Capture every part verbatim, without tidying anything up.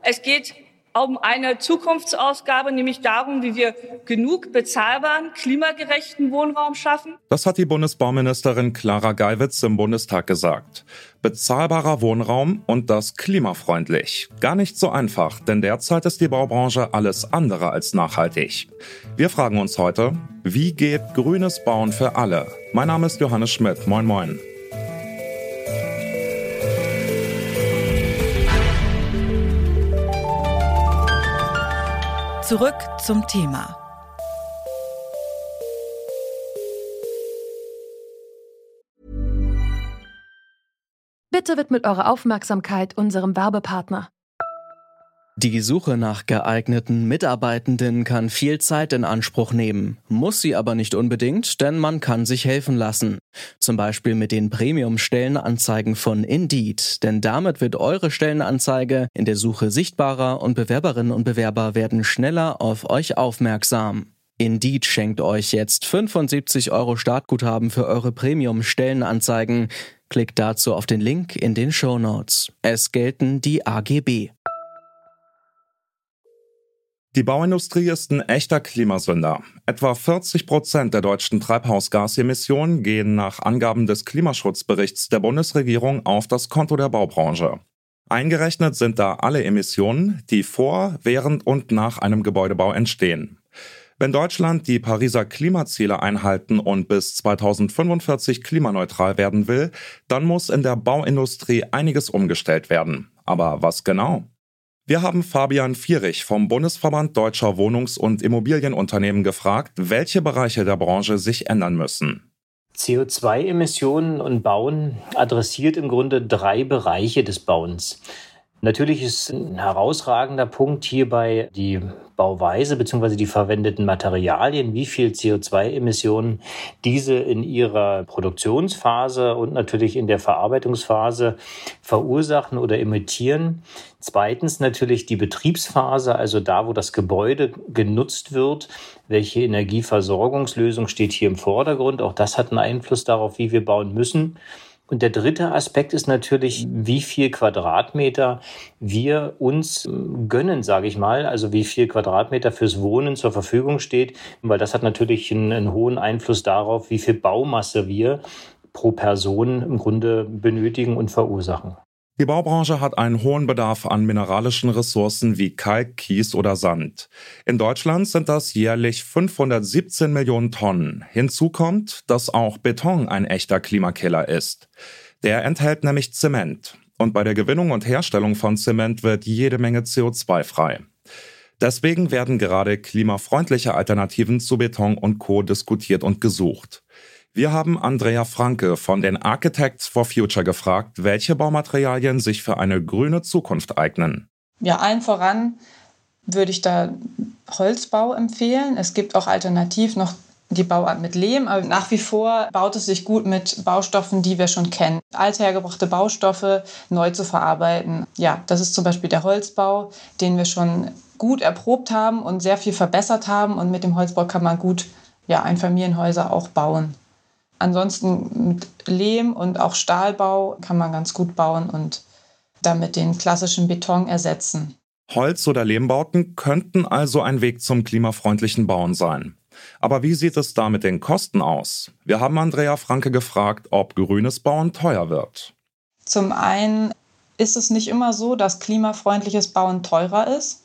Es geht um eine Zukunftsausgabe, nämlich darum, wie wir genug bezahlbaren, klimagerechten Wohnraum schaffen. Das hat die Bundesbauministerin Clara Geiwitz im Bundestag gesagt. Bezahlbarer Wohnraum und das klimafreundlich. Gar nicht so einfach, denn derzeit ist die Baubranche alles andere als nachhaltig. Wir fragen uns heute, wie geht grünes Bauen für alle? Mein Name ist Johannes Schmidt. Moin moin. Zurück zum Thema. Bitte widmet eure Aufmerksamkeit unserem Werbepartner. Die Suche nach geeigneten Mitarbeitenden kann viel Zeit in Anspruch nehmen, muss sie aber nicht unbedingt, denn man kann sich helfen lassen. Zum Beispiel mit den Premium-Stellenanzeigen von Indeed, denn damit wird eure Stellenanzeige in der Suche sichtbarer und Bewerberinnen und Bewerber werden schneller auf euch aufmerksam. Indeed schenkt euch jetzt fünfundsiebzig Euro Startguthaben für eure Premium-Stellenanzeigen. Klickt dazu auf den Link in den Shownotes. Es gelten die A G B. Die Bauindustrie ist ein echter Klimasünder. Etwa vierzig Prozent der deutschen Treibhausgasemissionen gehen nach Angaben des Klimaschutzberichts der Bundesregierung auf das Konto der Baubranche. Eingerechnet sind da alle Emissionen, die vor, während und nach einem Gebäudebau entstehen. Wenn Deutschland die Pariser Klimaziele einhalten und bis zweitausendfünfundvierzig klimaneutral werden will, dann muss in der Bauindustrie einiges umgestellt werden. Aber was genau? Wir haben Fabian Vierich vom Bundesverband Deutscher Wohnungs- und Immobilienunternehmen gefragt, welche Bereiche der Branche sich ändern müssen. C O zwei Emissionen und Bauen adressiert im Grunde drei Bereiche des Bauens. Natürlich ist ein herausragender Punkt hierbei die Bauweise bzw. die verwendeten Materialien, wie viel C O zwei Emissionen diese in ihrer Produktionsphase und natürlich in der Verarbeitungsphase verursachen oder emittieren. Zweitens natürlich die Betriebsphase, also da, wo das Gebäude genutzt wird. Welche Energieversorgungslösung steht hier im Vordergrund? Auch das hat einen Einfluss darauf, wie wir bauen müssen. Und der dritte Aspekt ist natürlich, wie viel Quadratmeter wir uns gönnen, sage ich mal. Also wie viel Quadratmeter fürs Wohnen zur Verfügung steht. Weil das hat natürlich einen, einen hohen Einfluss darauf, wie viel Baumasse wir pro Person im Grunde benötigen und verursachen. Die Baubranche hat einen hohen Bedarf an mineralischen Ressourcen wie Kalk, Kies oder Sand. In Deutschland sind das jährlich fünfhundertsiebzehn Millionen Tonnen. Hinzu kommt, dass auch Beton ein echter Klimakiller ist. Der enthält nämlich Zement. Und bei der Gewinnung und Herstellung von Zement wird jede Menge C O zwei frei. Deswegen werden gerade klimafreundliche Alternativen zu Beton und Co. diskutiert und gesucht. Wir haben Andrea Franke von den Architects for Future gefragt, welche Baumaterialien sich für eine grüne Zukunft eignen. Ja, allen voran würde ich da Holzbau empfehlen. Es gibt auch alternativ noch die Bauart mit Lehm, aber nach wie vor baut es sich gut mit Baustoffen, die wir schon kennen. Althergebrachte Baustoffe neu zu verarbeiten. Ja, das ist zum Beispiel der Holzbau, den wir schon gut erprobt haben und sehr viel verbessert haben. Und mit dem Holzbau kann man gut ja, Einfamilienhäuser auch bauen. Ansonsten mit Lehm und auch Stahlbau kann man ganz gut bauen und damit den klassischen Beton ersetzen. Holz- oder Lehmbauten könnten also ein Weg zum klimafreundlichen Bauen sein. Aber wie sieht es da mit den Kosten aus? Wir haben Andrea Franke gefragt, ob grünes Bauen teuer wird. Zum einen ist es nicht immer so, dass klimafreundliches Bauen teurer ist.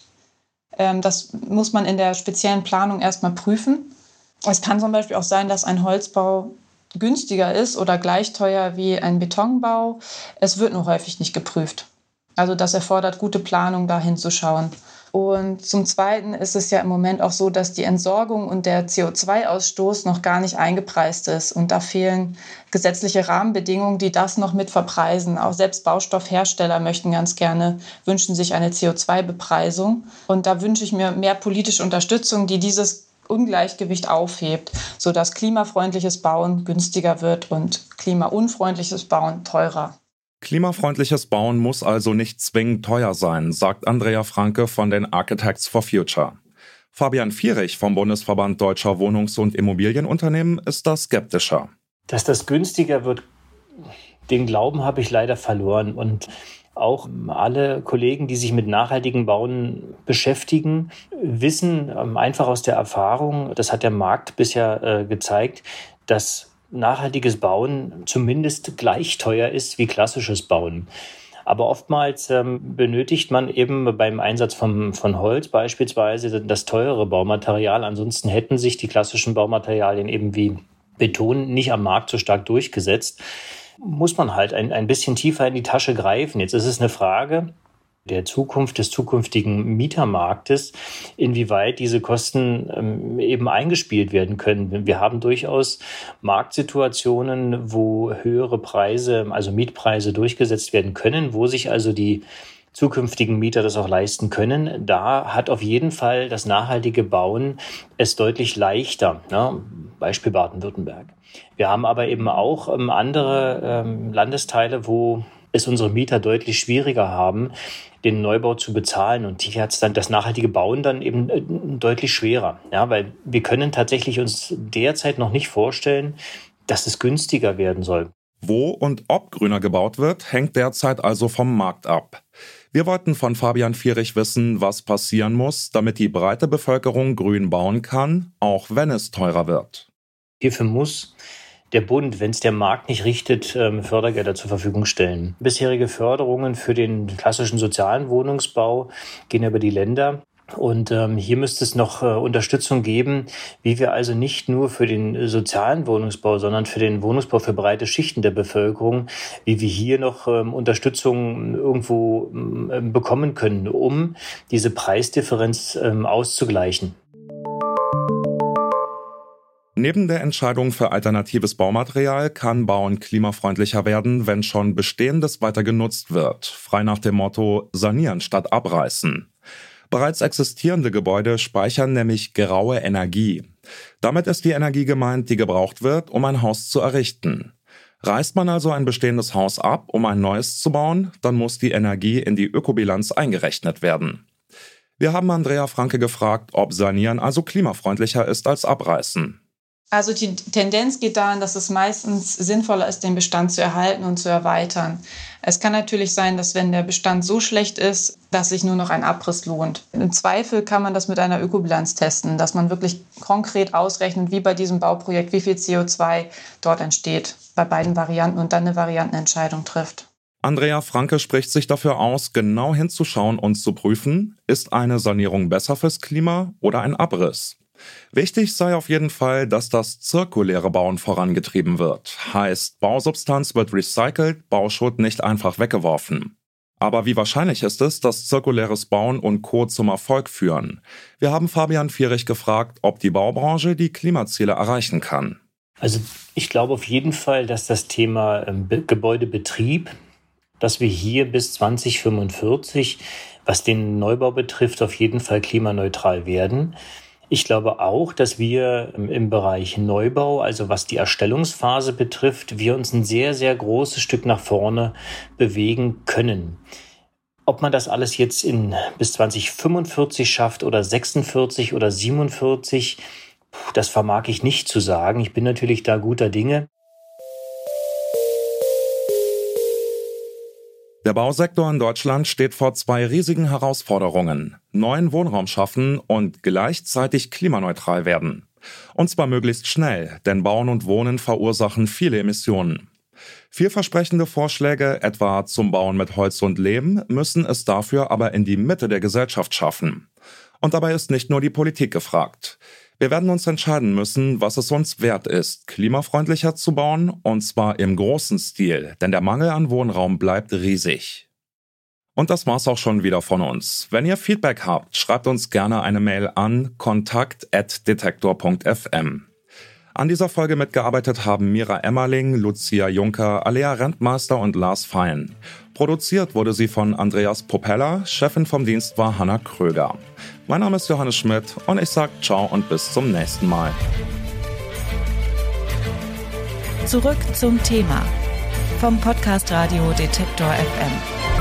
Das muss man in der speziellen Planung erstmal prüfen. Es kann zum Beispiel auch sein, dass ein Holzbau günstiger ist oder gleich teuer wie ein Betonbau. Es wird nur häufig nicht geprüft. Also das erfordert gute Planung, da hinzuschauen. Und zum Zweiten ist es ja im Moment auch so, dass die Entsorgung und der C O zwei Ausstoß noch gar nicht eingepreist ist. Und da fehlen gesetzliche Rahmenbedingungen, die das noch mit verpreisen. Auch selbst Baustoffhersteller möchten ganz gerne, wünschen sich eine C O zwei Bepreisung. Und da wünsche ich mir mehr politische Unterstützung, die dieses Ungleichgewicht aufhebt, sodass klimafreundliches Bauen günstiger wird und klimaunfreundliches Bauen teurer. Klimafreundliches Bauen muss also nicht zwingend teuer sein, sagt Andrea Franke von den Architects for Future. Fabian Vierich vom Bundesverband Deutscher Wohnungs- und Immobilienunternehmen ist da skeptischer. Dass das günstiger wird, den Glauben habe ich leider verloren. Und Auch alle Kollegen, die sich mit nachhaltigem Bauen beschäftigen, wissen einfach aus der Erfahrung, das hat der Markt bisher äh, gezeigt, dass nachhaltiges Bauen zumindest gleich teuer ist wie klassisches Bauen. Aber oftmals ähm, benötigt man eben beim Einsatz von, von Holz beispielsweise das teurere Baumaterial. Ansonsten hätten sich die klassischen Baumaterialien eben wie Beton nicht am Markt so stark durchgesetzt. Muss man halt ein, ein bisschen tiefer in die Tasche greifen. Jetzt ist es eine Frage der Zukunft des zukünftigen Mietermarktes, inwieweit diese Kosten ähm, eben eingespielt werden können. Wir haben durchaus Marktsituationen, wo höhere Preise, also Mietpreise durchgesetzt werden können, wo sich also die zukünftigen Mieter das auch leisten können. Da hat auf jeden Fall das nachhaltige Bauen es deutlich leichter. Ne? Beispiel Baden-Württemberg. Wir haben aber eben auch ähm, andere ähm, Landesteile, wo es unsere Mieter deutlich schwieriger haben, den Neubau zu bezahlen. Und hier hat es dann das nachhaltige Bauen dann eben äh, deutlich schwerer. Ja, weil wir können tatsächlich uns derzeit noch nicht vorstellen, dass es günstiger werden soll. Wo und ob grüner gebaut wird, hängt derzeit also vom Markt ab. Wir wollten von Fabian Vierich wissen, was passieren muss, damit die breite Bevölkerung grün bauen kann, auch wenn es teurer wird. Hierfür muss der Bund, wenn es der Markt nicht richtet, Fördergelder zur Verfügung stellen. Bisherige Förderungen für den klassischen sozialen Wohnungsbau gehen über die Länder. Und ähm, hier müsste es noch äh, Unterstützung geben, wie wir also nicht nur für den sozialen Wohnungsbau, sondern für den Wohnungsbau für breite Schichten der Bevölkerung, wie wir hier noch ähm, Unterstützung irgendwo ähm, bekommen können, um diese Preisdifferenz ähm, auszugleichen. Neben der Entscheidung für alternatives Baumaterial kann Bauen klimafreundlicher werden, wenn schon Bestehendes weiter genutzt wird. Frei nach dem Motto sanieren statt abreißen. Bereits existierende Gebäude speichern nämlich graue Energie. Damit ist die Energie gemeint, die gebraucht wird, um ein Haus zu errichten. Reißt man also ein bestehendes Haus ab, um ein neues zu bauen, dann muss die Energie in die Ökobilanz eingerechnet werden. Wir haben Andrea Franke gefragt, ob Sanieren also klimafreundlicher ist als Abreißen. Also die Tendenz geht dahin, dass es meistens sinnvoller ist, den Bestand zu erhalten und zu erweitern. Es kann natürlich sein, dass wenn der Bestand so schlecht ist, dass sich nur noch ein Abriss lohnt. Im Zweifel kann man das mit einer Ökobilanz testen, dass man wirklich konkret ausrechnet, wie bei diesem Bauprojekt, wie viel C O zwei dort entsteht bei beiden Varianten und dann eine Variantenentscheidung trifft. Andrea Franke spricht sich dafür aus, genau hinzuschauen und zu prüfen, ist eine Sanierung besser fürs Klima oder ein Abriss? Wichtig sei auf jeden Fall, dass das zirkuläre Bauen vorangetrieben wird. Heißt, Bausubstanz wird recycelt, Bauschutt nicht einfach weggeworfen. Aber wie wahrscheinlich ist es, dass zirkuläres Bauen und Co. zum Erfolg führen? Wir haben Fabian Vierich gefragt, ob die Baubranche die Klimaziele erreichen kann. Also ich glaube auf jeden Fall, dass das Thema Be- Gebäudebetrieb, dass wir hier bis zwanzig fünfundvierzig, was den Neubau betrifft, auf jeden Fall klimaneutral werden. Ich glaube auch, dass wir im Bereich Neubau, also was die Erstellungsphase betrifft, wir uns ein sehr, sehr großes Stück nach vorne bewegen können. Ob man das alles jetzt in bis zwanzig fünfundvierzig schafft oder sechsundvierzig oder siebenundvierzig, das vermag ich nicht zu sagen. Ich bin natürlich da guter Dinge. Der Bausektor in Deutschland steht vor zwei riesigen Herausforderungen: neuen Wohnraum schaffen und gleichzeitig klimaneutral werden. Und zwar möglichst schnell, denn Bauen und Wohnen verursachen viele Emissionen. Vielversprechende Vorschläge, etwa zum Bauen mit Holz und Lehm, müssen es dafür aber in die Mitte der Gesellschaft schaffen. Und dabei ist nicht nur die Politik gefragt. Wir werden uns entscheiden müssen, was es uns wert ist, klimafreundlicher zu bauen, und zwar im großen Stil, denn der Mangel an Wohnraum bleibt riesig. Und das war's auch schon wieder von uns. Wenn ihr Feedback habt, schreibt uns gerne eine Mail an kontakt at detektor punkt f m. An dieser Folge mitgearbeitet haben Mira Emmerling, Lucia Juncker, Alea Rentmeister und Lars Fein. Produziert wurde sie von Andreas Popella, Chefin vom Dienst war Hanna Kröger. Mein Name ist Johannes Schmidt und ich sage ciao und bis zum nächsten Mal. Zurück zum Thema vom Podcast Radio Detektor F M.